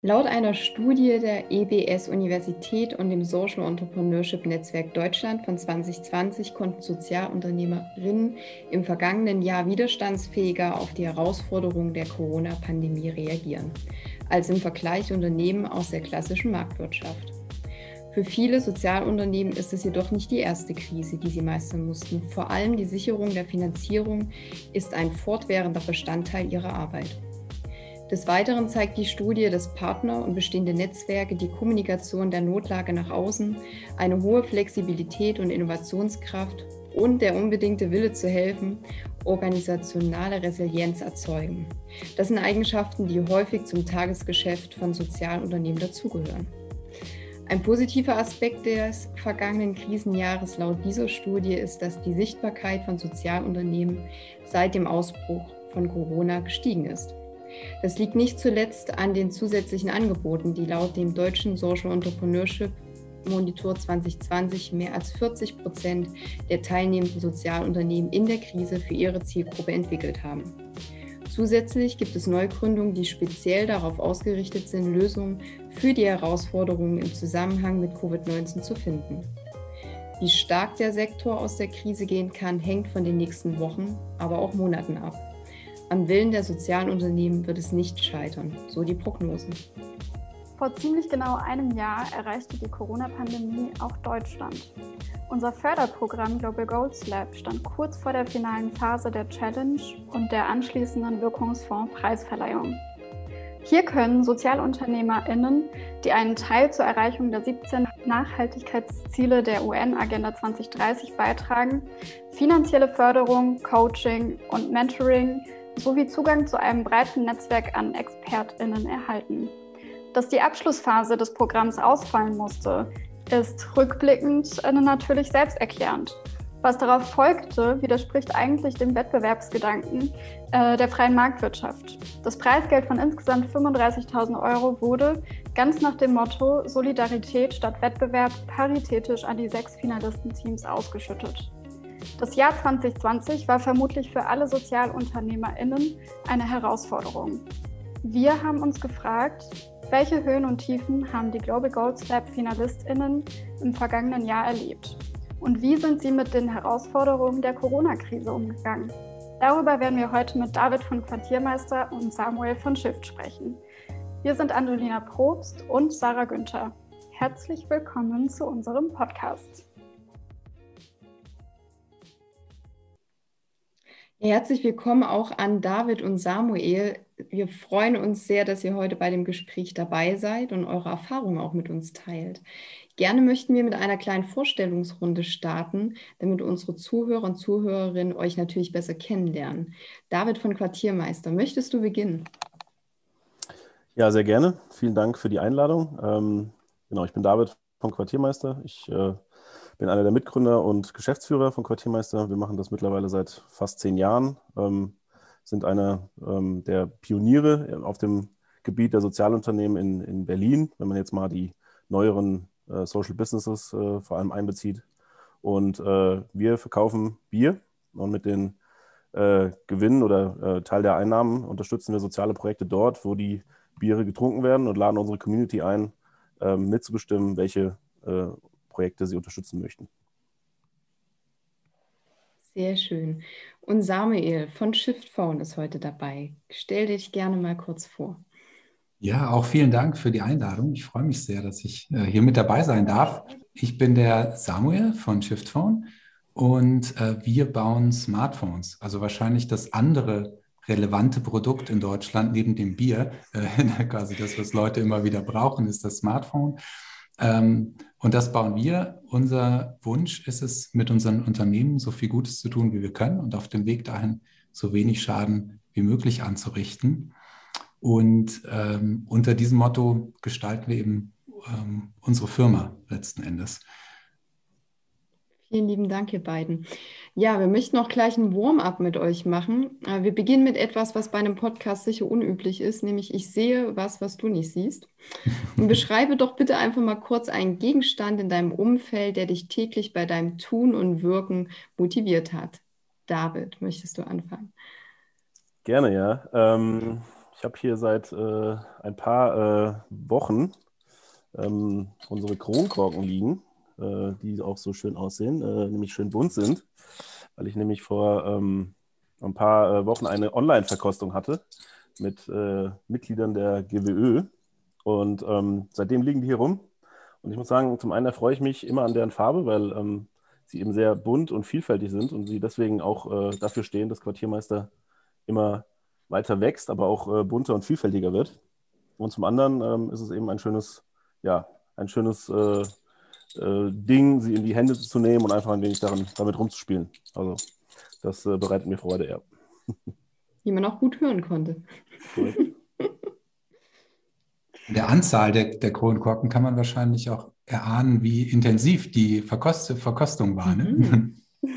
Laut einer Studie der EBS-Universität und dem Social Entrepreneurship Netzwerk Deutschland von 2020 konnten Sozialunternehmerinnen im vergangenen Jahr widerstandsfähiger auf die Herausforderungen der Corona-Pandemie reagieren, als im Vergleich Unternehmen aus der klassischen Marktwirtschaft. Für viele Sozialunternehmen ist es jedoch nicht die erste Krise, die sie meistern mussten. Vor allem die Sicherung der Finanzierung ist ein fortwährender Bestandteil ihrer Arbeit. Des Weiteren zeigt die Studie, dass Partner und bestehende Netzwerke die Kommunikation der Notlage nach außen, eine hohe Flexibilität und Innovationskraft und der unbedingte Wille zu helfen, organisationale Resilienz erzeugen. Das sind Eigenschaften, die häufig zum Tagesgeschäft von Sozialunternehmen dazugehören. Ein positiver Aspekt des vergangenen Krisenjahres laut dieser Studie ist, dass die Sichtbarkeit von Sozialunternehmen seit dem Ausbruch von Corona gestiegen ist. Das liegt nicht zuletzt an den zusätzlichen Angeboten, die laut dem deutschen Social Entrepreneurship Monitor 2020 mehr als 40% der teilnehmenden Sozialunternehmen in der Krise für ihre Zielgruppe entwickelt haben. Zusätzlich gibt es Neugründungen, die speziell darauf ausgerichtet sind, Lösungen für die Herausforderungen im Zusammenhang mit Covid-19 zu finden. Wie stark der Sektor aus der Krise gehen kann, hängt von den nächsten Wochen, aber auch Monaten ab. Am Willen der sozialen Unternehmen wird es nicht scheitern, so die Prognosen. Vor ziemlich genau einem Jahr erreichte die Corona-Pandemie auch Deutschland. Unser Förderprogramm Global Goals Lab stand kurz vor der finalen Phase der Challenge und der anschließenden Wirkungsfonds-Preisverleihung. Hier können SozialunternehmerInnen, die einen Teil zur Erreichung der 17 Nachhaltigkeitsziele der UN-Agenda 2030 beitragen, finanzielle Förderung, Coaching und Mentoring sowie Zugang zu einem breiten Netzwerk an ExpertInnen erhalten. Dass die Abschlussphase des Programms ausfallen musste, ist rückblickend natürlich selbsterklärend. Was darauf folgte, widerspricht eigentlich dem Wettbewerbsgedanken der freien Marktwirtschaft. Das Preisgeld von insgesamt 35.000 € wurde, ganz nach dem Motto Solidarität statt Wettbewerb, paritätisch an die 6 Finalistenteams ausgeschüttet. Das Jahr 2020 war vermutlich für alle SozialunternehmerInnen eine Herausforderung. Wir haben uns gefragt, welche Höhen und Tiefen haben die Global Goals Lab FinalistInnen im vergangenen Jahr erlebt? Und wie sind sie mit den Herausforderungen der Corona-Krise umgegangen? Darüber werden wir heute mit David von Quartiermeister und Samuel von Shift sprechen. Wir sind Angelina Probst und Sarah Günther. Herzlich willkommen zu unserem Podcast. Herzlich willkommen auch an David und Samuel. Wir freuen uns sehr, dass ihr heute bei dem Gespräch dabei seid und eure Erfahrungen auch mit uns teilt. Gerne möchten wir mit einer kleinen Vorstellungsrunde starten, damit unsere Zuhörer und Zuhörerinnen euch natürlich besser kennenlernen. David von Quartiermeister, möchtest du beginnen? Ja, sehr gerne. Vielen Dank für die Einladung. Ich bin David von Quartiermeister. Ich bin einer der Mitgründer und Geschäftsführer von Quartiermeister. Wir machen das mittlerweile seit fast 10 Jahren, sind einer der Pioniere auf dem Gebiet der Sozialunternehmen in Berlin, wenn man jetzt mal die neueren Social Businesses vor allem einbezieht. Und wir verkaufen Bier und mit den Gewinnen oder Teil der Einnahmen unterstützen wir soziale Projekte dort, wo die Biere getrunken werden und laden unsere Community ein, mitzubestimmen, welche Projekte sie unterstützen möchten. Sehr schön. Und Samuel von Shiftphone ist heute dabei. Stell dich gerne mal kurz vor. Ja, auch vielen Dank für die Einladung. Ich freue mich sehr, dass ich hier mit dabei sein darf. Ich bin der Samuel von Shiftphone und wir bauen Smartphones, also wahrscheinlich das andere relevante Produkt in Deutschland neben dem Bier. Quasi das, was Leute immer wieder brauchen, ist das Smartphone. Und das bauen wir. Unser Wunsch ist es, mit unseren Unternehmen so viel Gutes zu tun, wie wir können und auf dem Weg dahin so wenig Schaden wie möglich anzurichten. Und unter diesem Motto gestalten wir eben unsere Firma letzten Endes. Vielen lieben Dank, ihr beiden. Ja, wir möchten auch gleich ein Warm-up mit euch machen. Wir beginnen mit etwas, was bei einem Podcast sicher unüblich ist, nämlich ich sehe was du nicht siehst. Und beschreibe doch bitte einfach mal kurz einen Gegenstand in deinem Umfeld, der dich täglich bei deinem Tun und Wirken motiviert hat. David, möchtest du anfangen? Gerne, ja. ich habe hier seit ein paar Wochen unsere Kronkorken liegen, die auch so schön aussehen, nämlich schön bunt sind, weil ich nämlich vor ein paar Wochen eine Online-Verkostung hatte mit Mitgliedern der GWÖ und seitdem liegen die hier rum. Und ich muss sagen, zum einen erfreue ich mich immer an deren Farbe, weil sie eben sehr bunt und vielfältig sind und sie deswegen auch dafür stehen, dass Quartiermeister immer weiter wächst, aber auch bunter und vielfältiger wird. Und zum anderen ist es eben ein schönes Ding, sie in die Hände zu nehmen und einfach ein wenig damit rumzuspielen. Also das bereitet mir Freude, ja. Wie man auch gut hören konnte. Korrekt. In der Anzahl der Kronkorken kann man wahrscheinlich auch erahnen, wie intensiv die Verkostung war. Ne?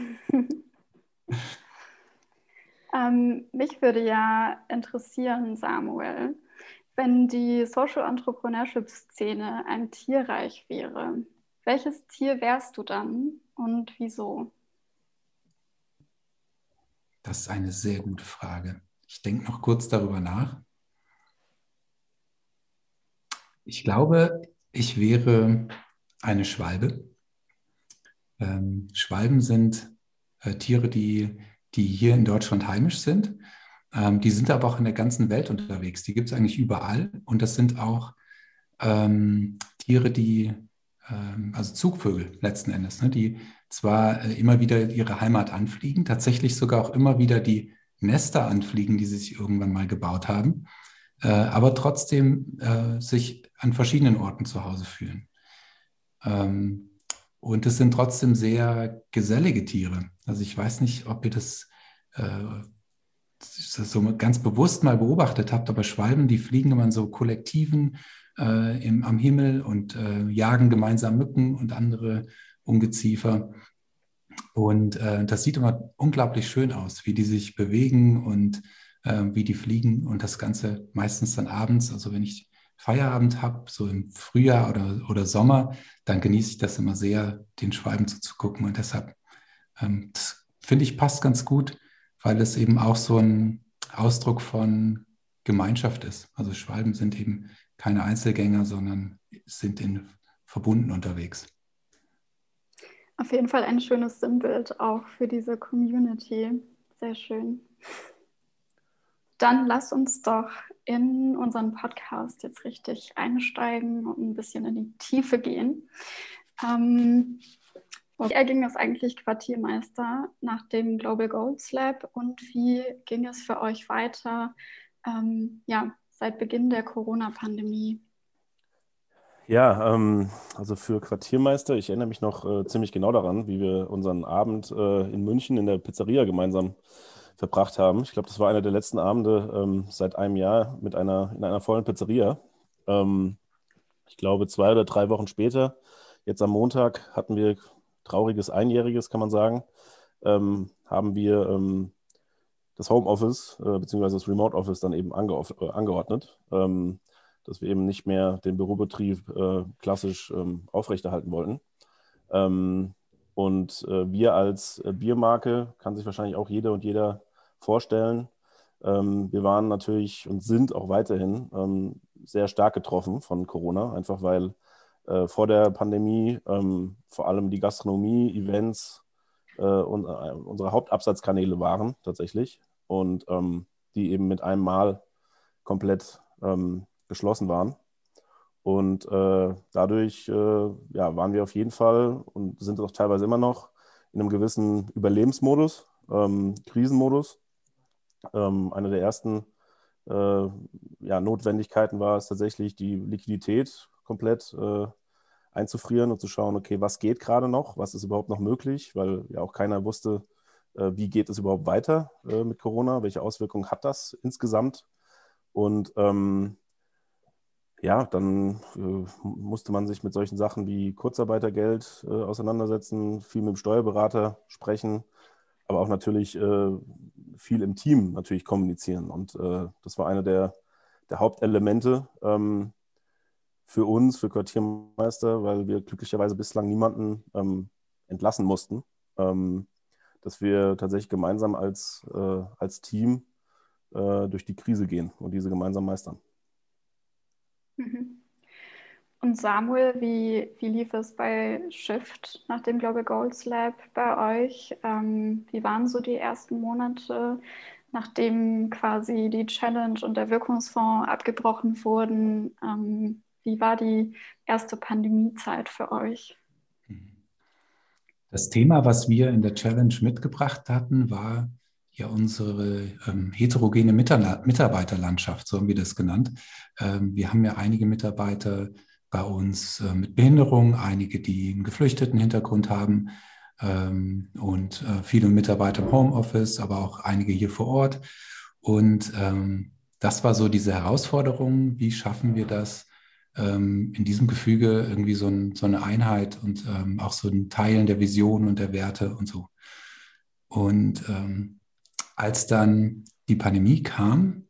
Mich würde ja interessieren, Samuel, wenn die Social Entrepreneurship-Szene ein Tierreich wäre, welches Tier wärst du dann und wieso? Das ist eine sehr gute Frage. Ich denke noch kurz darüber nach. Ich glaube, ich wäre eine Schwalbe. Schwalben sind Tiere, die hier in Deutschland heimisch sind. Die sind aber auch in der ganzen Welt unterwegs. Die gibt es eigentlich überall. Und das sind auch Tiere, also Zugvögel letzten Endes, ne, die zwar immer wieder ihre Heimat anfliegen, tatsächlich sogar auch immer wieder die Nester anfliegen, die sie sich irgendwann mal gebaut haben, aber trotzdem sich an verschiedenen Orten zu Hause fühlen. Und es sind trotzdem sehr gesellige Tiere. Also ich weiß nicht, ob ihr das so ganz bewusst mal beobachtet habt, aber Schwalben, die fliegen immer in so Kollektiven am Himmel und jagen gemeinsam Mücken und andere Ungeziefer. Und das sieht immer unglaublich schön aus, wie die sich bewegen und wie die fliegen. Und das Ganze meistens dann abends, also wenn ich Feierabend habe, so im Frühjahr oder Sommer, dann genieße ich das immer sehr, den Schwalben zuzugucken. Und deshalb finde ich, passt ganz gut, weil es eben auch so ein Ausdruck von Gemeinschaft ist. Also Schwalben sind eben keine Einzelgänger, sondern sind verbunden unterwegs. Auf jeden Fall ein schönes Sinnbild auch für diese Community. Sehr schön. Dann lass uns doch in unseren Podcast jetzt richtig einsteigen und ein bisschen in die Tiefe gehen. Wie erging es eigentlich Quartiermeister nach dem Global Goals Lab und wie ging es für euch weiter seit Beginn der Corona-Pandemie? Ja, also für Quartiermeister, ich erinnere mich noch ziemlich genau daran, wie wir unseren Abend in München in der Pizzeria gemeinsam verbracht haben. Ich glaube, das war einer der letzten Abende seit einem Jahr in einer vollen Pizzeria. Ich glaube, 2 oder 3 Wochen später, jetzt am Montag, hatten wir trauriges Einjähriges, kann man sagen, haben wir das Homeoffice beziehungsweise das Remote Office dann eben angeordnet, dass wir eben nicht mehr den Bürobetrieb klassisch aufrechterhalten wollten. Und wir als Biermarke, kann sich wahrscheinlich auch jede und jeder vorstellen, wir waren natürlich und sind auch weiterhin sehr stark getroffen von Corona, einfach weil vor der Pandemie vor allem die Gastronomie, Events und unsere Hauptabsatzkanäle waren tatsächlich und die eben mit einem Mal komplett geschlossen waren. Und dadurch waren wir auf jeden Fall und sind auch teilweise immer noch in einem gewissen Überlebensmodus, Krisenmodus. Eine der ersten Notwendigkeiten war es tatsächlich, die Liquidität komplett einzufrieren und zu schauen, okay, was geht gerade noch, was ist überhaupt noch möglich, weil ja auch keiner wusste, wie geht es überhaupt weiter mit Corona, welche Auswirkungen hat das insgesamt. Und dann musste man sich mit solchen Sachen wie Kurzarbeitergeld auseinandersetzen, viel mit dem Steuerberater sprechen, aber auch natürlich viel im Team natürlich kommunizieren. Und das war eine der Hauptelemente für uns, für Quartiermeister, weil wir glücklicherweise bislang niemanden entlassen mussten, dass wir tatsächlich gemeinsam als Team durch die Krise gehen und diese gemeinsam meistern. Mhm. Und Samuel, wie lief es bei Shift nach dem Global Goals Lab bei euch? Wie waren so die ersten Monate, nachdem quasi die Challenge und der Wirkungsfonds abgebrochen wurden? Wie war die erste Pandemiezeit für euch? Das Thema, was wir in der Challenge mitgebracht hatten, war ja unsere heterogene Mitarbeiterlandschaft, so haben wir das genannt. Wir haben ja einige Mitarbeiter bei uns mit Behinderung, einige, die einen geflüchteten Hintergrund haben und viele Mitarbeiter im Homeoffice, aber auch einige hier vor Ort. Und das war so diese Herausforderung, wie schaffen wir das, in diesem Gefüge irgendwie so eine Einheit und auch so ein Teilen der Vision und der Werte und so. Und als dann die Pandemie kam,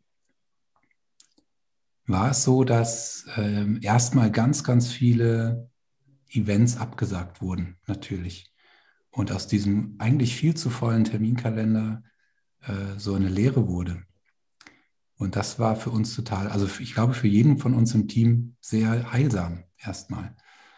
war es so, dass erstmal ganz, ganz viele Events abgesagt wurden, natürlich. Und aus diesem eigentlich viel zu vollen Terminkalender so eine Leere wurde. Und das war für uns total, also ich glaube für jeden von uns im Team sehr heilsam erstmal.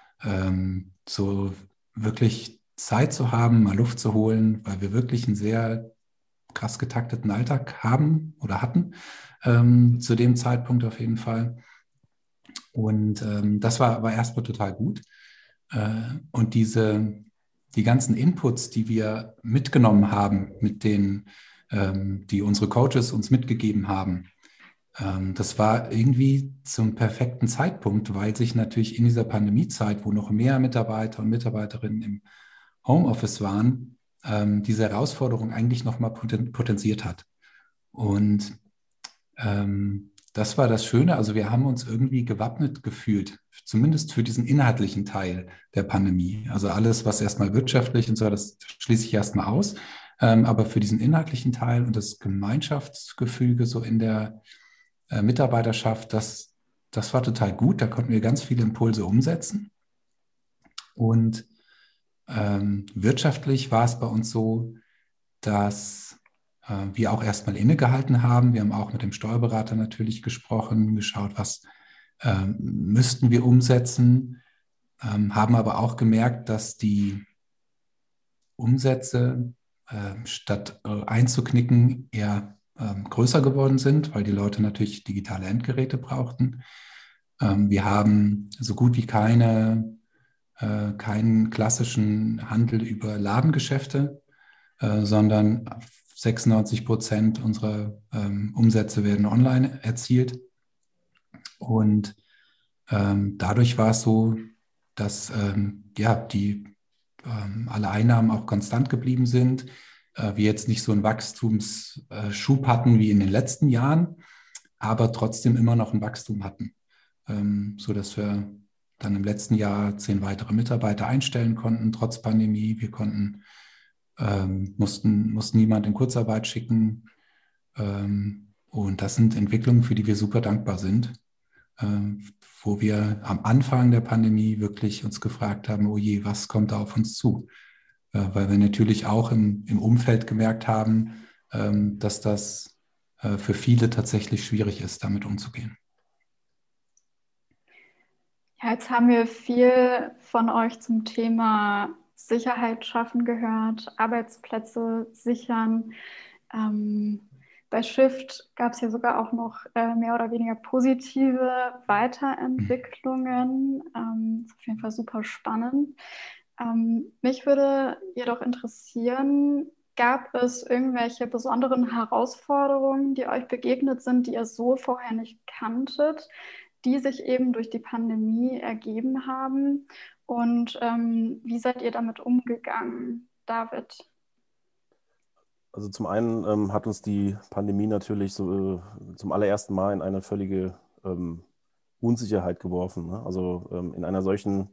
So wirklich Zeit zu haben, mal Luft zu holen, weil wir wirklich einen sehr krass getakteten Alltag haben oder hatten, zu dem Zeitpunkt auf jeden Fall. Und das war erstmal total gut. Und die ganzen Inputs, die wir mitgenommen haben, mit denen, die unsere Coaches uns mitgegeben haben, das war irgendwie zum perfekten Zeitpunkt, weil sich natürlich in dieser Pandemiezeit, wo noch mehr Mitarbeiter und Mitarbeiterinnen im Homeoffice waren, diese Herausforderung eigentlich nochmal potenziert hat. Und das war das Schöne. Also wir haben uns irgendwie gewappnet gefühlt, zumindest für diesen inhaltlichen Teil der Pandemie. Also alles, was erstmal wirtschaftlich und so, das schließe ich erstmal aus. Aber für diesen inhaltlichen Teil und das Gemeinschaftsgefüge so in der Mitarbeiterschaft, das war total gut. Da konnten wir ganz viele Impulse umsetzen. Und wirtschaftlich war es bei uns so, dass wir auch erstmal innegehalten haben. Wir haben auch mit dem Steuerberater natürlich gesprochen, geschaut, was müssten wir umsetzen, haben aber auch gemerkt, dass die Umsätze statt einzuknicken eher größer geworden sind, weil die Leute natürlich digitale Endgeräte brauchten. Wir haben so gut wie keinen klassischen Handel über Ladengeschäfte, sondern 96% unserer Umsätze werden online erzielt. Und dadurch war es so, dass alle Einnahmen auch konstant geblieben sind. Wir jetzt nicht so einen Wachstumsschub hatten wie in den letzten Jahren, aber trotzdem immer noch ein Wachstum hatten, sodass wir dann im letzten Jahr 10 weitere Mitarbeiter einstellen konnten, trotz Pandemie. Wir mussten niemand in Kurzarbeit schicken. Und das sind Entwicklungen, für die wir super dankbar sind, wo wir am Anfang der Pandemie wirklich uns gefragt haben, oh je, was kommt da auf uns zu? Weil wir natürlich auch im Umfeld gemerkt haben, dass das für viele tatsächlich schwierig ist, damit umzugehen. Ja, jetzt haben wir viel von euch zum Thema Sicherheit schaffen gehört, Arbeitsplätze sichern. Bei Shift gab es ja sogar auch noch mehr oder weniger positive Weiterentwicklungen. Ist auf jeden Fall super spannend. Mich würde jedoch interessieren, gab es irgendwelche besonderen Herausforderungen, die euch begegnet sind, die ihr so vorher nicht kanntet, die sich eben durch die Pandemie ergeben haben? Und wie seid ihr damit umgegangen, David? Also zum einen hat uns die Pandemie natürlich so, zum allerersten Mal in eine völlige Unsicherheit geworfen. Ne? Also in einem solchen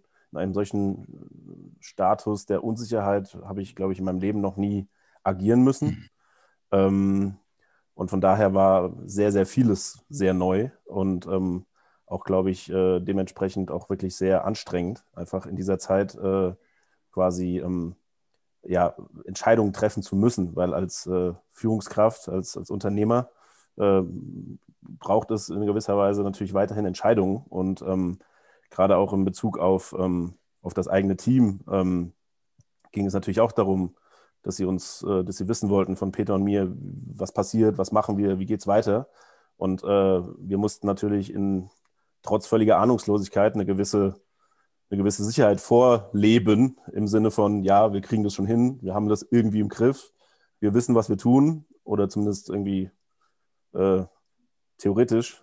Status der Unsicherheit habe ich, glaube ich, in meinem Leben noch nie agieren müssen. Und von daher war sehr, sehr vieles sehr neu und auch, glaube ich, dementsprechend auch wirklich sehr anstrengend, einfach in dieser Zeit quasi Entscheidungen treffen zu müssen, weil als Führungskraft, als Unternehmer braucht es in gewisser Weise natürlich weiterhin Entscheidungen. Und gerade auch in Bezug auf das eigene Team ging es natürlich auch darum, dass sie wissen wollten von Peter und mir, was passiert, was machen wir, wie geht es weiter. Und wir mussten natürlich trotz völliger Ahnungslosigkeit eine gewisse Sicherheit vorleben, im Sinne von, ja, wir kriegen das schon hin, wir haben das irgendwie im Griff, wir wissen, was wir tun, oder zumindest irgendwie theoretisch.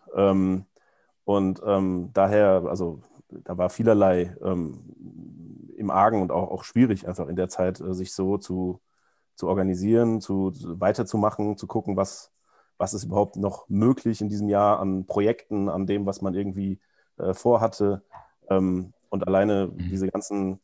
Daher, also da war vielerlei im Argen und auch schwierig, einfach in der Zeit sich so zu organisieren, weiterzumachen, zu gucken, was ist überhaupt noch möglich in diesem Jahr an Projekten, an dem, was man irgendwie vorhatte. Und alleine diese ganzen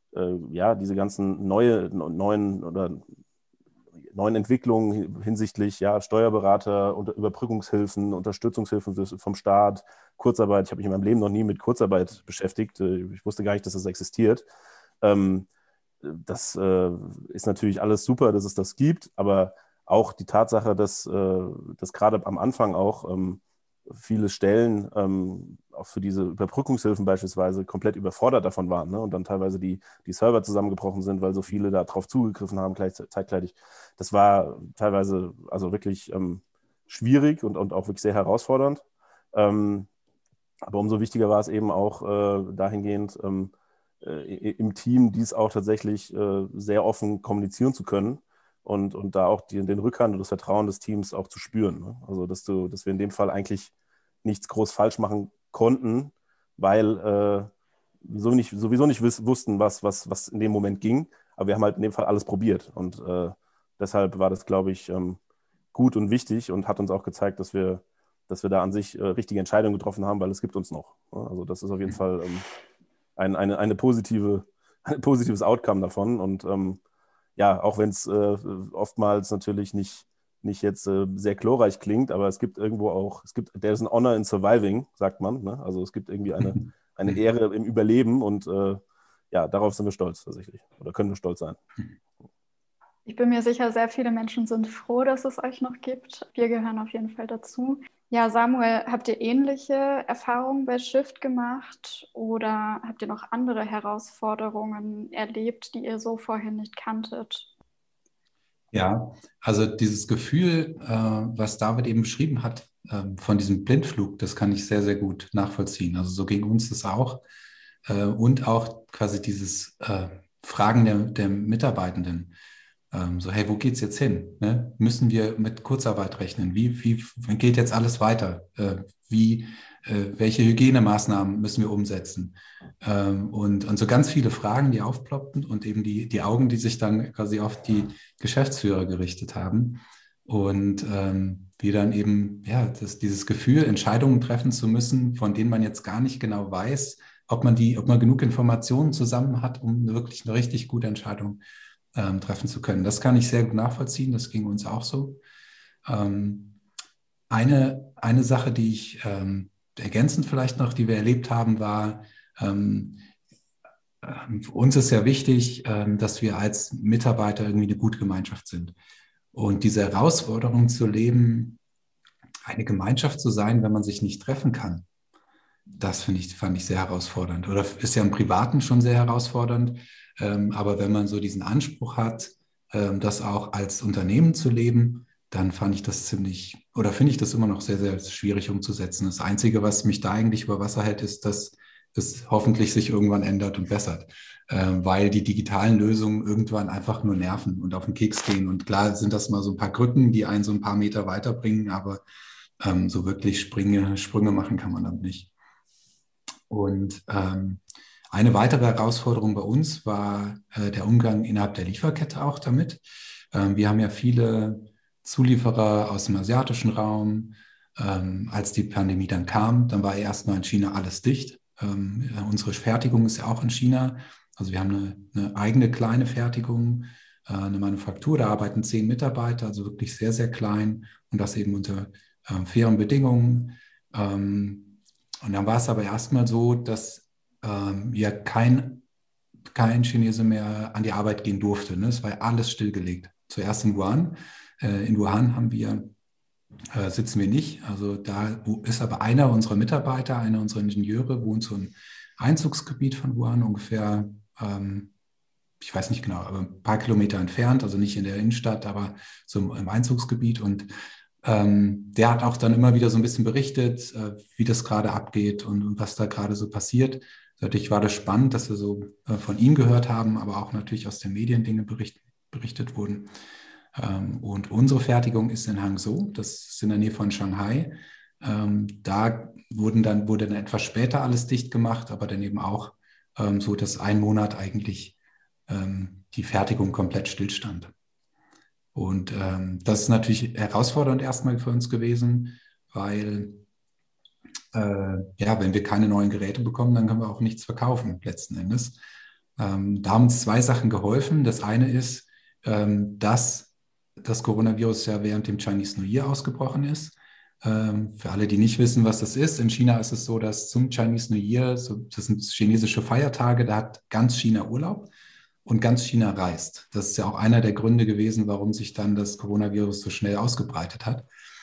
neuen Entwicklungen hinsichtlich Steuerberater, Überbrückungshilfen, Unterstützungshilfen vom Staat, Kurzarbeit. Ich habe mich in meinem Leben noch nie mit Kurzarbeit beschäftigt. Ich wusste gar nicht, dass das existiert. Das ist natürlich alles super, dass es das gibt, aber auch die Tatsache, dass gerade am Anfang auch viele Stellen auch für diese Überbrückungshilfen beispielsweise komplett überfordert davon waren, ne? Und dann teilweise die Server zusammengebrochen sind, weil so viele da drauf zugegriffen haben zeitgleitig. Das war teilweise also wirklich schwierig und auch wirklich sehr herausfordernd. Aber umso wichtiger war es eben auch dahingehend, im Team dies auch tatsächlich sehr offen kommunizieren zu können und da auch den Rückhalt und das Vertrauen des Teams auch zu spüren. Ne? Also dass wir in dem Fall eigentlich nichts groß falsch machen konnten, weil wir sowieso nicht wussten, was in dem Moment ging. Aber wir haben halt in dem Fall alles probiert. Und deshalb war das, glaube ich, gut und wichtig und hat uns auch gezeigt, dass wir da an sich richtige Entscheidungen getroffen haben, weil es gibt uns noch. Ne? Also das ist auf jeden Fall ein positives Outcome davon. Und auch wenn es oftmals natürlich nicht jetzt sehr glorreich klingt, aber es gibt irgendwo auch, there's an honor in surviving, sagt man. Ne? Also es gibt irgendwie eine Ehre im Überleben und darauf sind wir stolz tatsächlich oder können wir stolz sein. Ich bin mir sicher, sehr viele Menschen sind froh, dass es euch noch gibt. Wir gehören auf jeden Fall dazu. Ja, Samuel, habt ihr ähnliche Erfahrungen bei Shift gemacht oder habt ihr noch andere Herausforderungen erlebt, die ihr so vorher nicht kanntet? Ja, also dieses Gefühl, was David eben beschrieben hat, von diesem Blindflug, das kann ich sehr, sehr gut nachvollziehen. Also so ging uns das auch. Und auch quasi dieses Fragen der Mitarbeitenden. So, hey, wo geht's jetzt hin? Ne? Müssen wir mit Kurzarbeit rechnen? Wie geht jetzt alles weiter? Welche Hygienemaßnahmen müssen wir umsetzen? Und so ganz viele Fragen, die aufploppten und eben die Augen, die sich dann quasi auf die Geschäftsführer gerichtet haben. Und die dann eben, dieses Gefühl, Entscheidungen treffen zu müssen, von denen man jetzt gar nicht genau weiß, ob man genug Informationen zusammen hat, um wirklich eine richtig gute Entscheidung treffen zu können. Das kann ich sehr gut nachvollziehen. Das ging uns auch so. Eine Sache, die ich ergänzend vielleicht noch, die wir erlebt haben, war, für uns ist ja wichtig, dass wir als Mitarbeiter irgendwie eine gute Gemeinschaft sind. Und diese Herausforderung zu leben, eine Gemeinschaft zu sein, wenn man sich nicht treffen kann, das fand ich sehr herausfordernd. Oder ist ja im Privaten schon sehr herausfordernd. Aber wenn man so diesen Anspruch hat, das auch als Unternehmen zu leben, dann finde ich das immer noch sehr, sehr schwierig umzusetzen. Das Einzige, was mich da eigentlich über Wasser hält, ist, dass es hoffentlich sich irgendwann ändert und bessert, weil die digitalen Lösungen irgendwann einfach nur nerven und auf den Keks gehen. Und klar sind das mal so ein paar Krücken, die einen so ein paar Meter weiterbringen, aber so wirklich Sprünge machen kann man damit nicht. Und eine weitere Herausforderung bei uns war der Umgang innerhalb der Lieferkette auch damit. Wir haben ja viele Zulieferer aus dem asiatischen Raum. Als die Pandemie dann kam, dann war erstmal in China alles dicht. Unsere Fertigung ist ja auch in China. Also wir haben eine eigene kleine Fertigung, eine Manufaktur, da arbeiten 10 Mitarbeiter, also wirklich sehr, sehr klein und das eben unter fairen Bedingungen. Und dann war es aber erstmal so, dass kein Chinese mehr an die Arbeit gehen durfte. Ne? Es war ja alles stillgelegt. Zuerst in Wuhan. In Wuhan haben wir sitzen wir nicht. Also da ist aber einer unserer Mitarbeiter, einer unserer Ingenieure, wohnt so im Einzugsgebiet von Wuhan, ungefähr, ich weiß nicht genau, aber ein paar Kilometer entfernt, also nicht in der Innenstadt, aber so im Einzugsgebiet. Und der hat auch dann immer wieder so ein bisschen berichtet, wie das gerade abgeht und was da gerade so passiert. Natürlich war das spannend, dass wir so von ihm gehört haben, aber auch natürlich aus den Medien Dinge berichtet wurden. Und unsere Fertigung ist in Hangzhou, das ist in der Nähe von Shanghai. Da wurde dann etwas später alles dicht gemacht, aber dann eben auch so, dass ein Monat eigentlich die Fertigung komplett stillstand. Und das ist natürlich herausfordernd erstmal für uns gewesen, weil ja, wenn wir keine neuen Geräte bekommen, dann können wir auch nichts verkaufen letzten Endes. Da haben uns zwei Sachen geholfen. Das eine ist, dass das Coronavirus ja während dem Chinese New Year ausgebrochen ist. Für alle, die nicht wissen, was das ist, in China ist es so, dass zum Chinese New Year, das sind chinesische Feiertage, da hat ganz China Urlaub und ganz China reist. Das ist ja auch einer der Gründe gewesen, warum sich dann das Coronavirus so schnell ausgebreitet hat.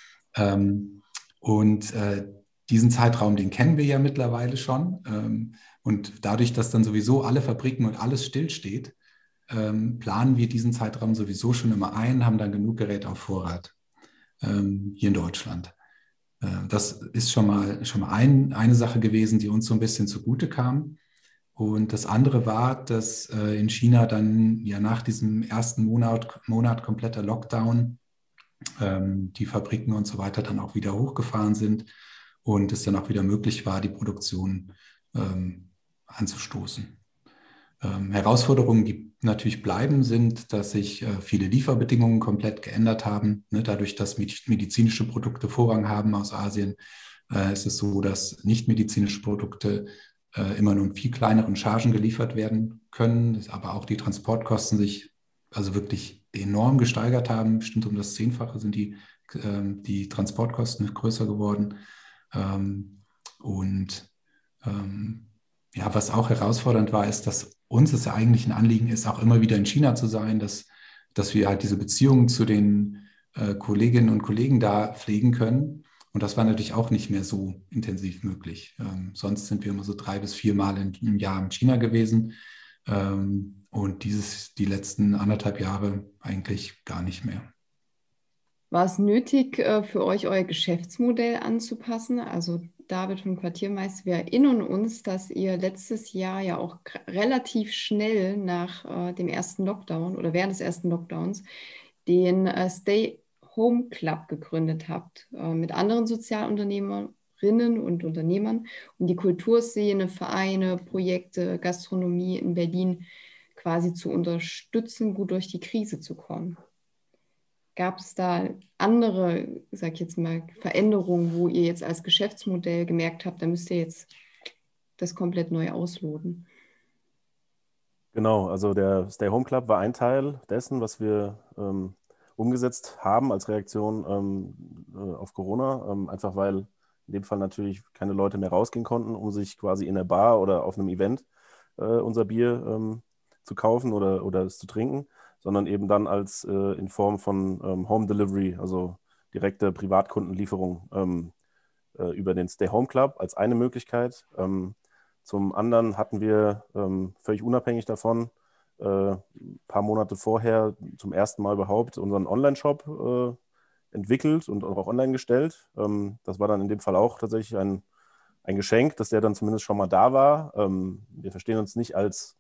Und diesen Zeitraum, den kennen wir ja mittlerweile schon. Und dadurch, dass dann sowieso alle Fabriken und alles stillsteht, planen wir diesen Zeitraum sowieso schon immer ein, haben dann genug Geräte auf Vorrat hier in Deutschland. Das ist schon mal eine Sache gewesen, die uns so ein bisschen zugute kam. Und das andere war, dass in China dann ja nach diesem ersten Monat kompletter Lockdown die Fabriken und so weiter dann auch wieder hochgefahren sind und es dann auch wieder möglich war, die Produktion anzustoßen. Herausforderungen, die natürlich bleiben, sind, dass sich viele Lieferbedingungen komplett geändert haben. Ne? Dadurch, dass medizinische Produkte Vorrang haben aus Asien, ist es so, dass nichtmedizinische Produkte immer nur in viel kleineren Chargen geliefert werden können, aber auch die Transportkosten sich also wirklich enorm gesteigert haben. Bestimmt um das Zehnfache sind die Transportkosten größer geworden. Ja, was auch herausfordernd war, ist, dass uns es ja eigentlich ein Anliegen ist, auch immer wieder in China zu sein, dass wir halt diese Beziehungen zu den Kolleginnen und Kollegen da pflegen können. Und das war natürlich auch nicht mehr so intensiv möglich. Sonst sind wir immer so 3 bis 4 Mal im Jahr in China gewesen. Und die letzten 1,5 Jahre eigentlich gar nicht mehr. War es nötig, für euch euer Geschäftsmodell anzupassen? Also David vom Quartiermeister, wir erinnern uns, dass ihr letztes Jahr ja auch relativ schnell nach dem ersten Lockdown oder während des ersten Lockdowns den Stay Home Club gegründet habt, mit anderen Sozialunternehmerinnen und Unternehmern, um die Kulturszene, Vereine, Projekte, Gastronomie in Berlin quasi zu unterstützen, gut durch die Krise zu kommen. Gab es da andere, sag ich jetzt mal, Veränderungen, wo ihr jetzt als Geschäftsmodell gemerkt habt, da müsst ihr jetzt das komplett neu ausloten? Genau, also der Stay Home Club war ein Teil dessen, was wir umgesetzt haben als Reaktion auf Corona, einfach weil in dem Fall natürlich keine Leute mehr rausgehen konnten, um sich quasi in der Bar oder auf einem Event unser Bier zu kaufen oder es zu trinken, sondern eben dann als in Form von Home Delivery, also direkte Privatkundenlieferung über den Stay Home Club als eine Möglichkeit. Zum anderen hatten wir völlig unabhängig davon ein paar Monate vorher zum ersten Mal überhaupt unseren Online-Shop entwickelt und auch online gestellt. Das war dann in dem Fall auch tatsächlich ein Geschenk, dass der dann zumindest schon mal da war. Wir verstehen uns nicht als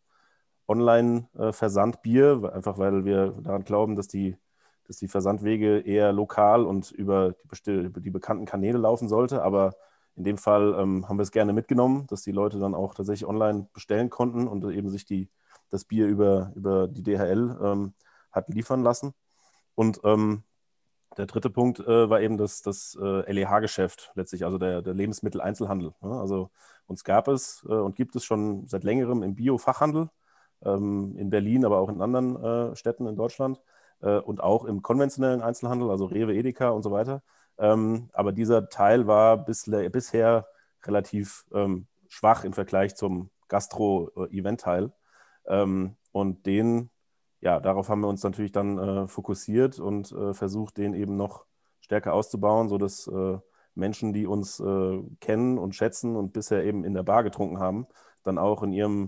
Online-Versandbier, einfach weil wir daran glauben, dass die Versandwege eher lokal und über die bekannten Kanäle laufen sollte. Aber in dem Fall haben wir es gerne mitgenommen, dass die Leute dann auch tatsächlich online bestellen konnten und eben sich das Bier über die DHL hat liefern lassen. Und der dritte Punkt war eben das LEH-Geschäft letztlich, also der Lebensmitteleinzelhandel. Ne? Also uns gab es und gibt es schon seit längerem im Bio-Fachhandel, in Berlin, aber auch in anderen Städten in Deutschland und auch im konventionellen Einzelhandel, also Rewe, Edeka und so weiter. Aber dieser Teil war bisher relativ schwach im Vergleich zum Gastro-Event-Teil. Und darauf haben wir uns natürlich dann fokussiert und versucht, den eben noch stärker auszubauen, sodass Menschen, die uns kennen und schätzen und bisher eben in der Bar getrunken haben, dann auch in ihrem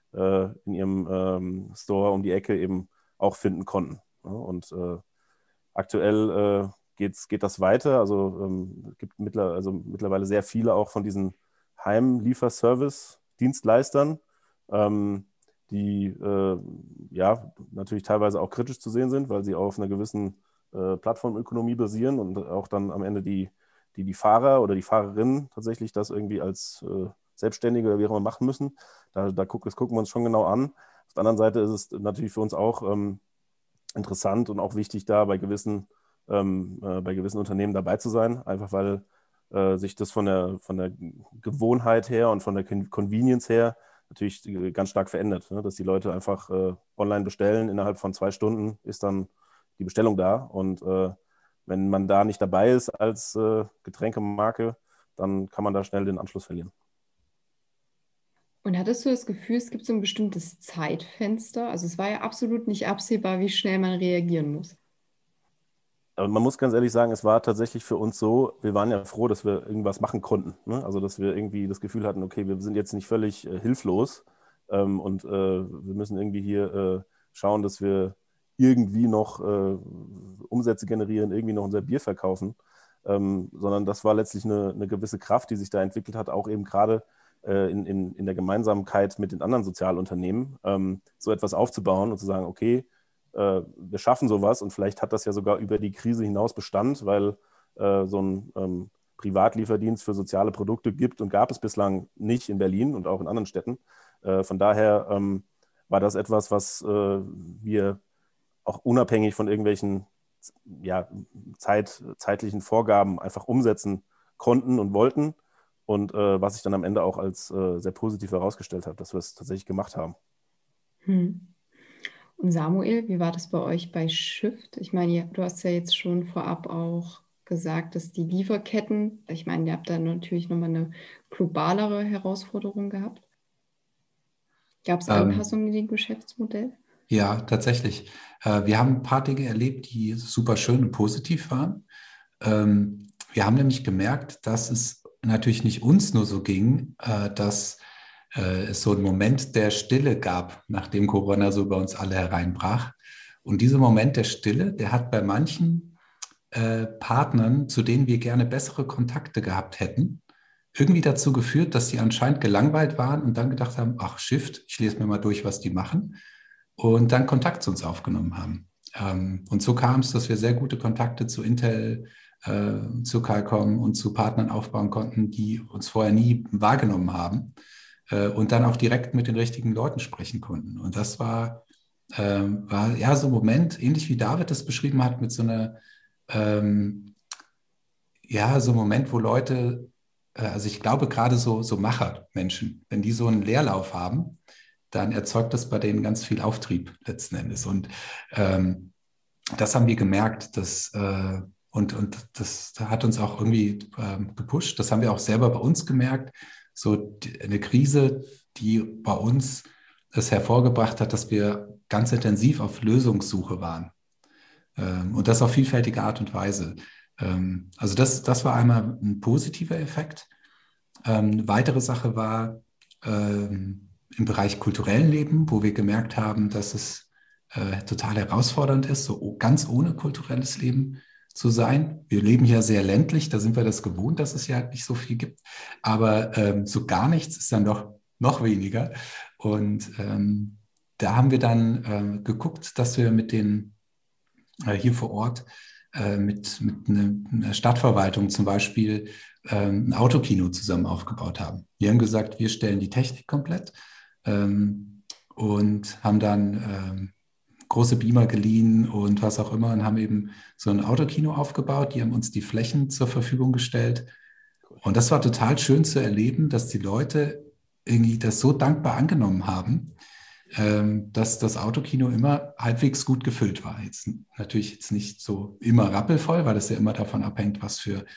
Store um die Ecke eben auch finden konnten. Ja, und aktuell geht das weiter. Also es gibt mittlerweile sehr viele auch von diesen Heimlieferservice-Dienstleistern, die ja natürlich teilweise auch kritisch zu sehen sind, weil sie auf einer gewissen Plattformökonomie basieren und auch dann am Ende die Fahrer oder die Fahrerinnen tatsächlich das irgendwie als Selbstständige oder wie auch immer machen müssen. Das gucken wir uns schon genau an. Auf der anderen Seite ist es natürlich für uns auch interessant und auch wichtig, da bei gewissen Unternehmen dabei zu sein, einfach weil sich das von der Gewohnheit her und von der Convenience her natürlich ganz stark verändert, ne? Dass die Leute einfach online bestellen, innerhalb von 2 Stunden ist dann die Bestellung da und wenn man da nicht dabei ist als Getränkemarke, dann kann man da schnell den Anschluss verlieren. Und hattest du das Gefühl, es gibt so ein bestimmtes Zeitfenster? Also es war ja absolut nicht absehbar, wie schnell man reagieren muss. Aber man muss ganz ehrlich sagen, es war tatsächlich für uns so, wir waren ja froh, dass wir irgendwas machen konnten. Ne? Also dass wir irgendwie das Gefühl hatten, okay, wir sind jetzt nicht völlig hilflos und wir müssen irgendwie hier schauen, dass wir irgendwie noch Umsätze generieren, irgendwie noch unser Bier verkaufen, sondern das war letztlich eine gewisse Kraft, die sich da entwickelt hat, auch eben gerade in der Gemeinsamkeit mit den anderen Sozialunternehmen, so etwas aufzubauen und zu sagen, okay, wir schaffen sowas und vielleicht hat das ja sogar über die Krise hinaus Bestand, weil so ein Privatlieferdienst für soziale Produkte gibt und gab es bislang nicht in Berlin und auch in anderen Städten. Von daher war das etwas, was wir auch unabhängig von irgendwelchen zeitlichen Vorgaben einfach umsetzen konnten und wollten und was sich dann am Ende auch als sehr positiv herausgestellt hat, dass wir es tatsächlich gemacht haben. Und Samuel, wie war das bei euch bei Shift? Ich meine, du hast ja jetzt schon vorab auch gesagt, dass die Lieferketten, ich meine, ihr habt da natürlich nochmal eine globalere Herausforderung gehabt. Gab es Anpassungen in dem Geschäftsmodell? Ja, tatsächlich. Wir haben ein paar Dinge erlebt, die super schön und positiv waren. Wir haben nämlich gemerkt, dass es natürlich nicht uns nur so ging, dass es so einen Moment der Stille gab, nachdem Corona so bei uns alle hereinbrach. Und dieser Moment der Stille, der hat bei manchen Partnern, zu denen wir gerne bessere Kontakte gehabt hätten, irgendwie dazu geführt, dass sie anscheinend gelangweilt waren und dann gedacht haben, ach Shift, ich lese mir mal durch, was die machen. Und dann Kontakt zu uns aufgenommen haben. Und so kam es, dass wir sehr gute Kontakte zu Intel, zu Qualcomm und zu Partnern aufbauen konnten, die uns vorher nie wahrgenommen haben und dann auch direkt mit den richtigen Leuten sprechen konnten. Und das war ja so ein Moment, ähnlich wie David das beschrieben hat, mit so einer, ja, so ein Moment, wo Leute, also ich glaube gerade so Machermenschen, wenn die so einen Leerlauf haben, dann erzeugt das bei denen ganz viel Auftrieb letzten Endes. Und das haben wir gemerkt, und das hat uns auch irgendwie gepusht. Das haben wir auch selber bei uns gemerkt. So eine Krise, die bei uns es hervorgebracht hat, dass wir ganz intensiv auf Lösungssuche waren. Und das auf vielfältige Art und Weise. Also das war einmal ein positiver Effekt. Eine weitere Sache war im Bereich kulturellen Leben, wo wir gemerkt haben, dass es total herausfordernd ist, so ganz ohne kulturelles Leben zu sein. Wir leben hier sehr ländlich, da sind wir das gewohnt, dass es ja nicht so viel gibt. Aber so gar nichts ist dann doch noch weniger. Und da haben wir dann geguckt, dass wir mit den hier vor Ort mit einer Stadtverwaltung zum Beispiel ein Autokino zusammen aufgebaut haben. Wir haben gesagt, wir stellen die Technik komplett und haben dann große Beamer geliehen und was auch immer und haben eben so ein Autokino aufgebaut. Die haben uns die Flächen zur Verfügung gestellt. Und das war total schön zu erleben, dass die Leute irgendwie das so dankbar angenommen haben, dass das Autokino immer halbwegs gut gefüllt war. Jetzt natürlich jetzt nicht so immer rappelvoll, weil das ja immer davon abhängt, was für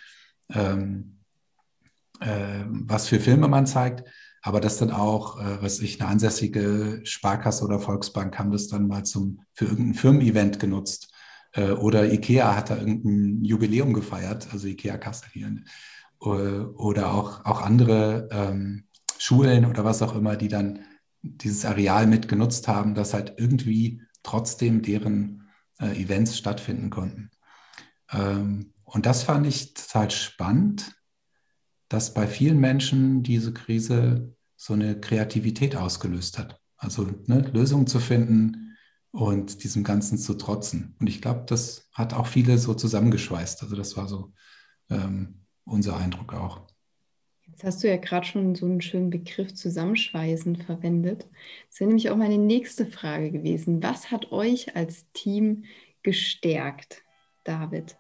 Filme man zeigt. Aber das dann auch, eine ansässige Sparkasse oder Volksbank haben das dann mal für irgendein Firmen-Event genutzt. Oder IKEA hat da irgendein Jubiläum gefeiert, also IKEA Kassel hier. Oder auch andere Schulen oder was auch immer, die dann dieses Areal mitgenutzt haben, dass halt irgendwie trotzdem deren Events stattfinden konnten. Und das fand ich total spannend, dass bei vielen Menschen diese Krise so eine Kreativität ausgelöst hat. Also Lösungen zu finden und diesem Ganzen zu trotzen. Und ich glaube, das hat auch viele so zusammengeschweißt. Also das war so unser Eindruck auch. Jetzt hast du ja gerade schon so einen schönen Begriff Zusammenschweißen verwendet. Das wäre nämlich auch meine nächste Frage gewesen. Was hat euch als Team gestärkt, David?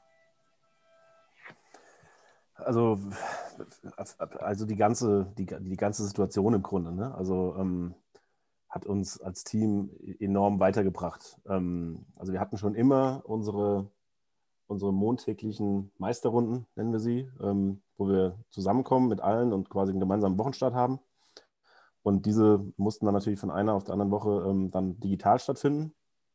Also die ganze Situation im Grunde, ne? Also hat uns als Team enorm weitergebracht. Also wir hatten schon immer unsere montäglichen Meisterrunden, nennen wir sie, wo wir zusammenkommen mit allen und quasi einen gemeinsamen Wochenstart haben. Und diese mussten dann natürlich von einer auf der anderen Woche dann digital stattfinden.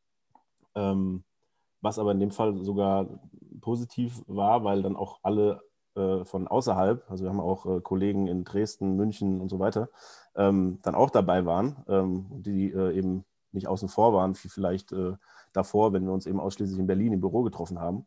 Was aber in dem Fall sogar positiv war, weil dann auch alle von außerhalb, also wir haben auch Kollegen in Dresden, München und so weiter, dann auch dabei waren, die eben nicht außen vor waren, wie vielleicht davor, wenn wir uns eben ausschließlich in Berlin im Büro getroffen haben.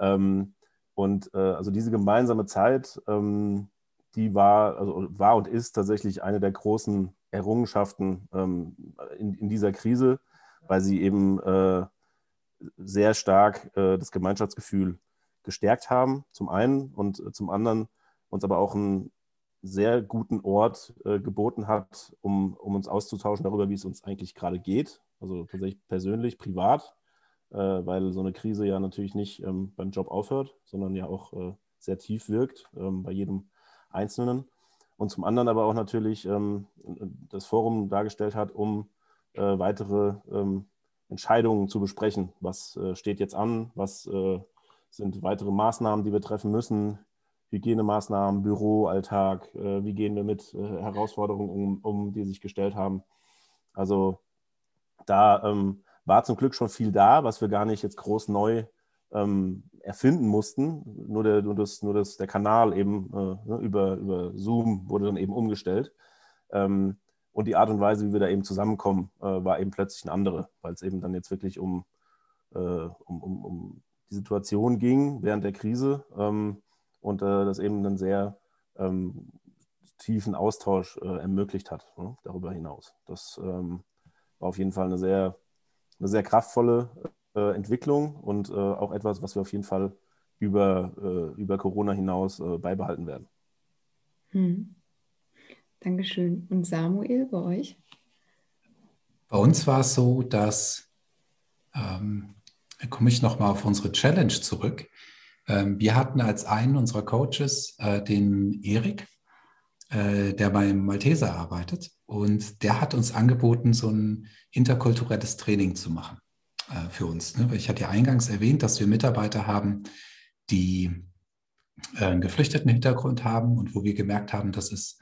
Also diese gemeinsame Zeit, die war und ist tatsächlich eine der großen Errungenschaften in dieser Krise, weil sie eben sehr stark das Gemeinschaftsgefühl gestärkt haben, zum einen, und zum anderen uns aber auch einen sehr guten Ort geboten hat, um uns auszutauschen darüber, wie es uns eigentlich gerade geht, also tatsächlich persönlich, privat, weil so eine Krise ja natürlich nicht beim Job aufhört, sondern ja auch sehr tief wirkt bei jedem Einzelnen. Und zum anderen aber auch natürlich das Forum dargestellt hat, um weitere Entscheidungen zu besprechen. Was steht jetzt an? Was sind weitere Maßnahmen, die wir treffen müssen? Hygienemaßnahmen, Büroalltag, wie gehen wir mit Herausforderungen um, die sich gestellt haben? Also da war zum Glück schon viel da, was wir gar nicht jetzt groß neu erfinden mussten. Nur der Kanal eben über Zoom wurde dann eben umgestellt. Und die Art und Weise, wie wir da eben zusammenkommen, war eben plötzlich eine andere, weil es eben dann jetzt wirklich um die Situation ging während der Krise und das eben einen sehr tiefen Austausch ermöglicht hat, darüber hinaus. Das war auf jeden Fall eine sehr kraftvolle Entwicklung und auch etwas, was wir auf jeden Fall über Corona hinaus beibehalten werden. Dankeschön. Und Samuel, bei euch? Bei uns war es so, dass, da komme ich nochmal auf unsere Challenge zurück. Wir hatten als einen unserer Coaches den Erik, der beim Malteser arbeitet, und der hat uns angeboten, so ein interkulturelles Training zu machen für uns. Ne? Ich hatte ja eingangs erwähnt, dass wir Mitarbeiter haben, die einen geflüchteten Hintergrund haben und wo wir gemerkt haben, dass es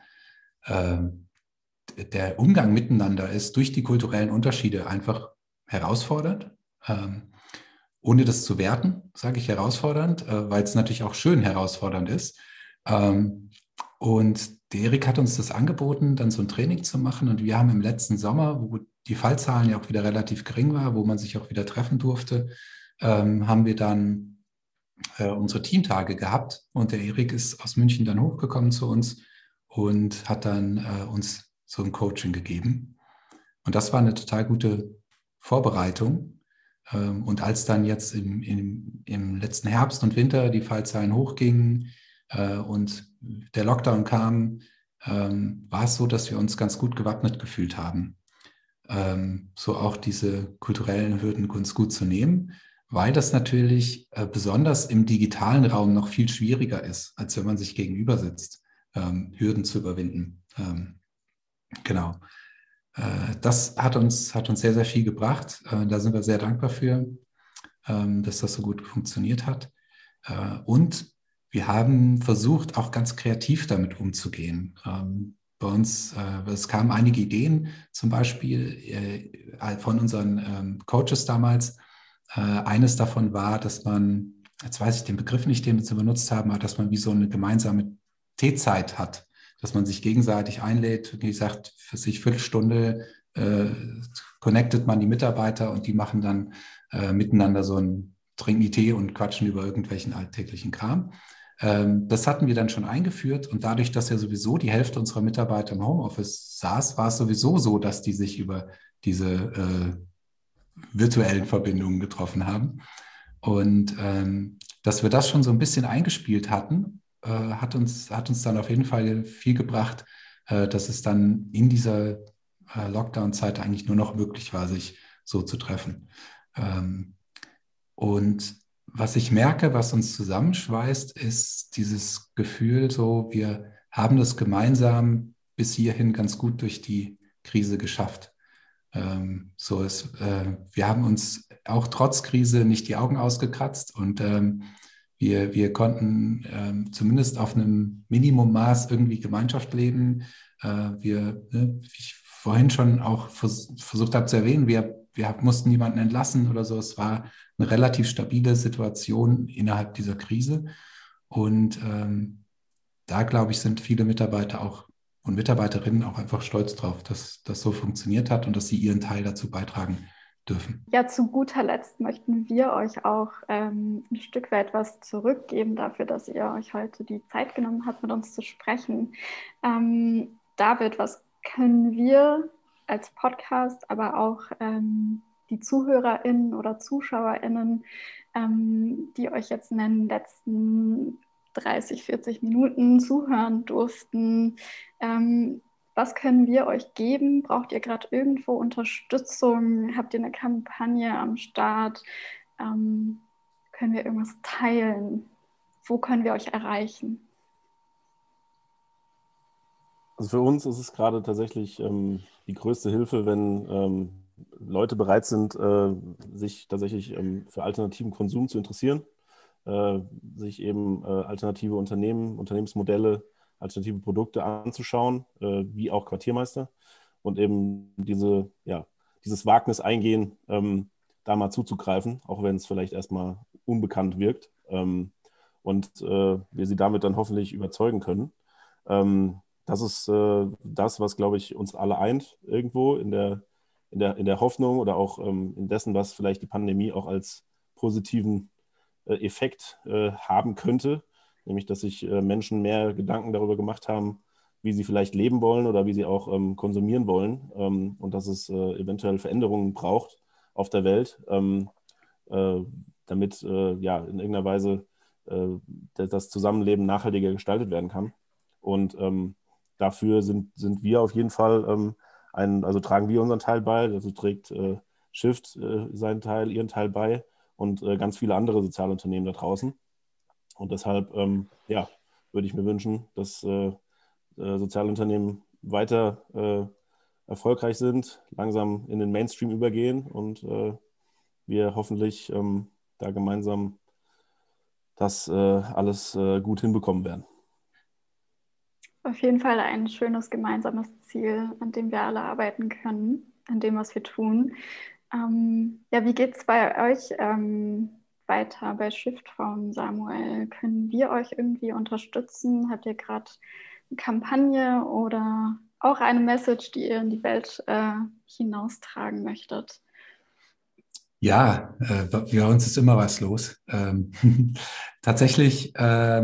der Umgang miteinander ist durch die kulturellen Unterschiede einfach herausfordernd. Ohne das zu werten, sage ich herausfordernd, weil es natürlich auch schön herausfordernd ist. Und der Erik hat uns das angeboten, dann so ein Training zu machen. Und wir haben im letzten Sommer, wo die Fallzahlen ja auch wieder relativ gering waren, wo man sich auch wieder treffen durfte, haben wir dann unsere Teamtage gehabt. Und der Erik ist aus München dann hochgekommen zu uns und hat dann uns so ein Coaching gegeben. Und das war eine total gute Vorbereitung. Und als dann jetzt im letzten Herbst und Winter die Fallzahlen hochgingen und der Lockdown kam, war es so, dass wir uns ganz gut gewappnet gefühlt haben, so auch diese kulturellen Hürden ganz gut zu nehmen, weil das natürlich besonders im digitalen Raum noch viel schwieriger ist, als wenn man sich gegenüber sitzt, Hürden zu überwinden. Genau. Das hat uns sehr, sehr viel gebracht. Da sind wir sehr dankbar für, dass das so gut funktioniert hat. Und wir haben versucht, auch ganz kreativ damit umzugehen. Bei uns, es kamen einige Ideen, zum Beispiel von unseren Coaches damals, Eines davon war, dass man, jetzt weiß ich den Begriff nicht, den wir zu benutzt haben, aber dass man wie so eine gemeinsame Teezeit hat, dass man sich gegenseitig einlädt, wie gesagt, für sich Viertelstunde connectet man die Mitarbeiter und die machen dann miteinander so ein trinken die Tee und quatschen über irgendwelchen alltäglichen Kram. Das hatten wir dann schon eingeführt und dadurch, dass ja sowieso die Hälfte unserer Mitarbeiter im Homeoffice saß, war es sowieso so, dass die sich über diese virtuellen Verbindungen getroffen haben. Und dass wir das schon so ein bisschen eingespielt hatten, hat uns dann auf jeden Fall viel gebracht, dass es dann in dieser Lockdown-Zeit eigentlich nur noch möglich war, sich so zu treffen. Und was ich merke, was uns zusammenschweißt, ist dieses Gefühl, so wir haben das gemeinsam bis hierhin ganz gut durch die Krise geschafft. Wir haben uns auch trotz Krise nicht die Augen ausgekratzt und wir konnten zumindest auf einem Minimummaß irgendwie Gemeinschaft leben. Wie ich vorhin schon auch versucht habe zu erwähnen, wir mussten niemanden entlassen oder so. Es war eine relativ stabile Situation innerhalb dieser Krise. Und da, glaube ich, sind viele Mitarbeiter auch und Mitarbeiterinnen auch einfach stolz drauf, dass das so funktioniert hat und dass sie ihren Teil dazu beitragen dürfen. Ja, zu guter Letzt möchten wir euch auch ein Stück weit was zurückgeben dafür, dass ihr euch heute die Zeit genommen habt, mit uns zu sprechen. David, was können wir als Podcast, aber auch die ZuhörerInnen oder ZuschauerInnen, die euch jetzt in den letzten 30, 40 Minuten zuhören durften, was können wir euch geben? Braucht ihr gerade irgendwo Unterstützung? Habt ihr eine Kampagne am Start? Können wir irgendwas teilen? Wo können wir euch erreichen? Also für uns ist es gerade tatsächlich die größte Hilfe, wenn Leute bereit sind, sich tatsächlich für alternativen Konsum zu interessieren, sich eben alternative Unternehmensmodelle, alternative Produkte anzuschauen, wie auch Quartiermeister und eben dieses Wagnis eingehen, da mal zuzugreifen, auch wenn es vielleicht erstmal unbekannt wirkt und wir sie damit dann hoffentlich überzeugen können. Das ist das, was, glaube ich, uns alle eint irgendwo in der Hoffnung oder auch in dessen, was vielleicht die Pandemie auch als positiven Effekt haben könnte, nämlich dass sich Menschen mehr Gedanken darüber gemacht haben, wie sie vielleicht leben wollen oder wie sie auch konsumieren wollen und dass es eventuell Veränderungen braucht auf der Welt, damit in irgendeiner Weise das Zusammenleben nachhaltiger gestaltet werden kann. Und dafür sind wir auf jeden Fall tragen wir unseren Teil bei, also trägt Shift ihren Teil bei und ganz viele andere Sozialunternehmen da draußen. Und deshalb würde ich mir wünschen, dass Sozialunternehmen weiter erfolgreich sind, langsam in den Mainstream übergehen und wir hoffentlich da gemeinsam das alles gut hinbekommen werden. Auf jeden Fall ein schönes gemeinsames Ziel, an dem wir alle arbeiten können, an dem, was wir tun. Wie geht es bei euch weiter bei Shiftphone, Samuel? Können wir euch irgendwie unterstützen? Habt ihr gerade eine Kampagne oder auch eine Message, die ihr in die Welt hinaustragen möchtet? Ja, bei uns ist immer was los. Tatsächlich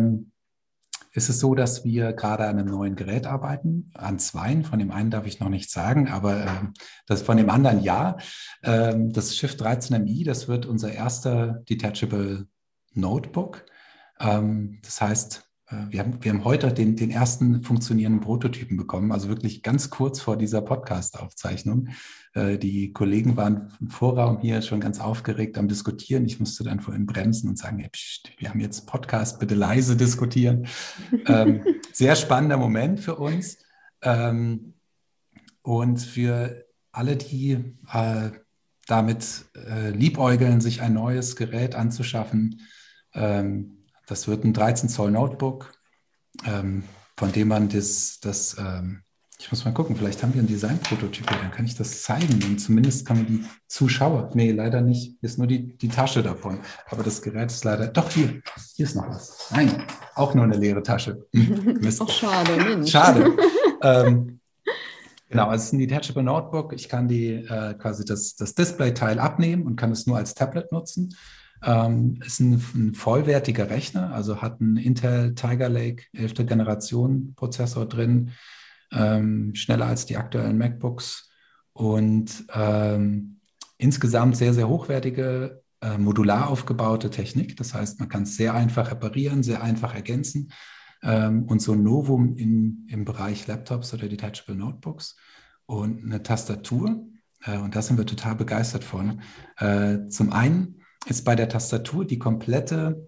ist es so, dass wir gerade an einem neuen Gerät arbeiten, an zweien. Von dem einen darf ich noch nichts sagen, aber das von dem anderen ja. Das Shift 13MI, das wird unser erster Detachable Notebook. Das heißt, wir haben heute den ersten funktionierenden Prototypen bekommen, also wirklich ganz kurz vor dieser Podcast-Aufzeichnung. Die Kollegen waren im Vorraum hier schon ganz aufgeregt am Diskutieren. Ich musste dann vorhin bremsen und sagen, hey, pst, wir haben jetzt Podcast, bitte leise diskutieren. Sehr spannender Moment für uns. Und für alle, die damit liebäugeln, sich ein neues Gerät anzuschaffen, das wird ein 13 Zoll Notebook, von dem man das Ich muss mal gucken, vielleicht haben wir einen Designprototyp, dann kann ich das zeigen und zumindest kann man die Zuschauer, nee, leider nicht, hier ist nur die Tasche davon, aber das Gerät ist leider, doch hier ist noch was. Nein, auch nur eine leere Tasche. Mist. Ach, schade, Mensch. Schade. Genau, also es ist ein Detachable Notebook. Ich kann quasi das Display-Teil abnehmen und kann es nur als Tablet nutzen. Ist ein vollwertiger Rechner, also hat einen Intel Tiger Lake 11. Generation Prozessor drin, schneller als die aktuellen MacBooks und insgesamt sehr, sehr hochwertige, modular aufgebaute Technik. Das heißt, man kann es sehr einfach reparieren, sehr einfach ergänzen. Und so ein Novum im Bereich Laptops oder Detachable Notebooks und eine Tastatur. Und da sind wir total begeistert von. Zum einen ist bei der Tastatur die komplette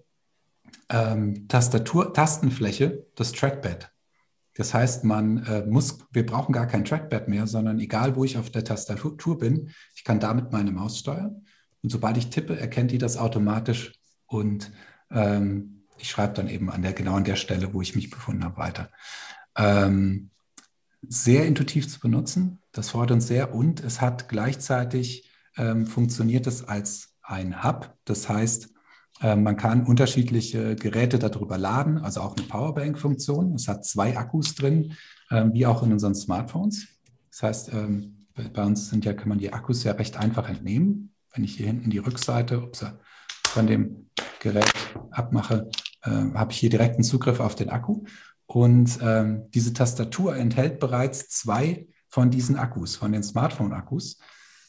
Tastenfläche das Trackpad. Das heißt, wir brauchen gar kein Trackpad mehr, sondern egal, wo ich auf der Tastatur bin, ich kann damit meine Maus steuern. Und sobald ich tippe, erkennt die das automatisch und ich schreibe dann eben genau an der Stelle, wo ich mich befunden habe, weiter. Sehr intuitiv zu benutzen, das freut uns sehr und es hat gleichzeitig funktioniert es als ein Hub. Das heißt, man kann unterschiedliche Geräte darüber laden, also auch eine Powerbank-Funktion. Es hat 2 Akkus drin, wie auch in unseren Smartphones. Das heißt, bei uns kann man die Akkus ja recht einfach entnehmen. Wenn ich hier hinten die Rückseite von dem Gerät abmache, habe ich hier direkten Zugriff auf den Akku. Und diese Tastatur enthält bereits 2 von diesen Akkus, von den Smartphone-Akkus.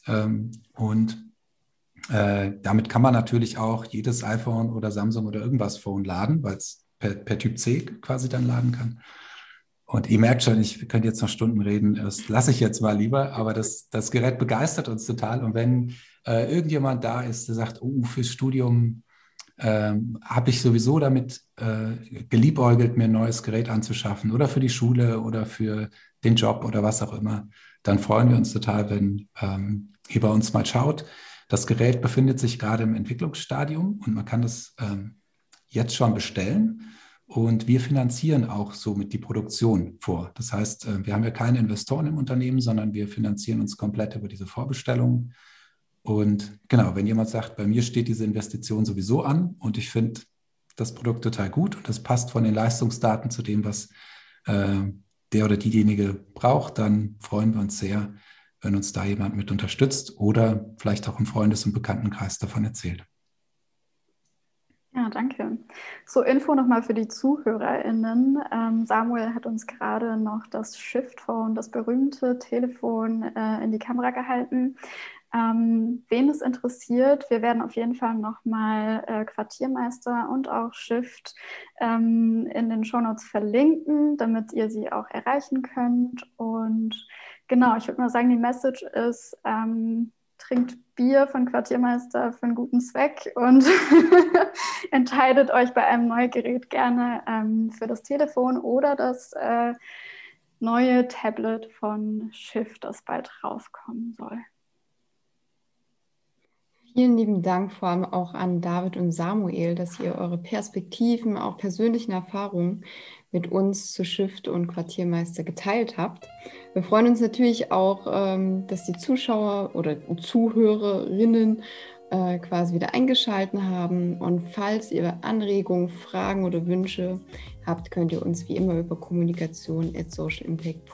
Damit kann man natürlich auch jedes iPhone oder Samsung oder irgendwas Phone laden, weil es per Typ C quasi dann laden kann. Und ihr merkt schon, wir können jetzt noch Stunden reden, das lasse ich jetzt mal lieber, aber das Gerät begeistert uns total. Und wenn irgendjemand da ist, der sagt, fürs Studium habe ich sowieso damit geliebäugelt, mir ein neues Gerät anzuschaffen oder für die Schule oder für den Job oder was auch immer, dann freuen wir uns total, wenn ihr bei uns mal schaut. Das Gerät befindet sich gerade im Entwicklungsstadium und man kann das jetzt schon bestellen. Und wir finanzieren auch somit die Produktion vor. Das heißt, wir haben ja keine Investoren im Unternehmen, sondern wir finanzieren uns komplett über diese Vorbestellungen. Und genau, wenn jemand sagt, bei mir steht diese Investition sowieso an und ich finde das Produkt total gut und das passt von den Leistungsdaten zu dem, was der oder diejenige braucht, dann freuen wir uns sehr, wenn uns da jemand mit unterstützt oder vielleicht auch im Freundes- und Bekanntenkreis davon erzählt. Ja, danke. So, Info nochmal für die ZuhörerInnen. Samuel hat uns gerade noch das Shift-Phone, das berühmte Telefon, in die Kamera gehalten. Wen es interessiert, wir werden auf jeden Fall nochmal Quartiermeister und auch Shift in den Shownotes verlinken, damit ihr sie auch erreichen könnt. Und genau, ich würde mal sagen, die Message ist, trinkt Bier von Quartiermeister für einen guten Zweck und entscheidet euch bei einem neuen Gerät gerne für das Telefon oder das neue Tablet von Shift, das bald rauskommen soll. Vielen lieben Dank vor allem auch an David und Samuel, dass ihr eure Perspektiven, auch persönlichen Erfahrungen mit uns zu Shift und Quartiermeister geteilt habt. Wir freuen uns natürlich auch, dass die Zuschauer oder Zuhörerinnen quasi wieder eingeschaltet haben. Und falls ihr Anregungen, Fragen oder Wünsche habt, könnt ihr uns wie immer über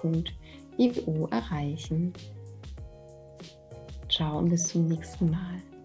kommunikation@socialimpact.eu erreichen. Ciao und bis zum nächsten Mal.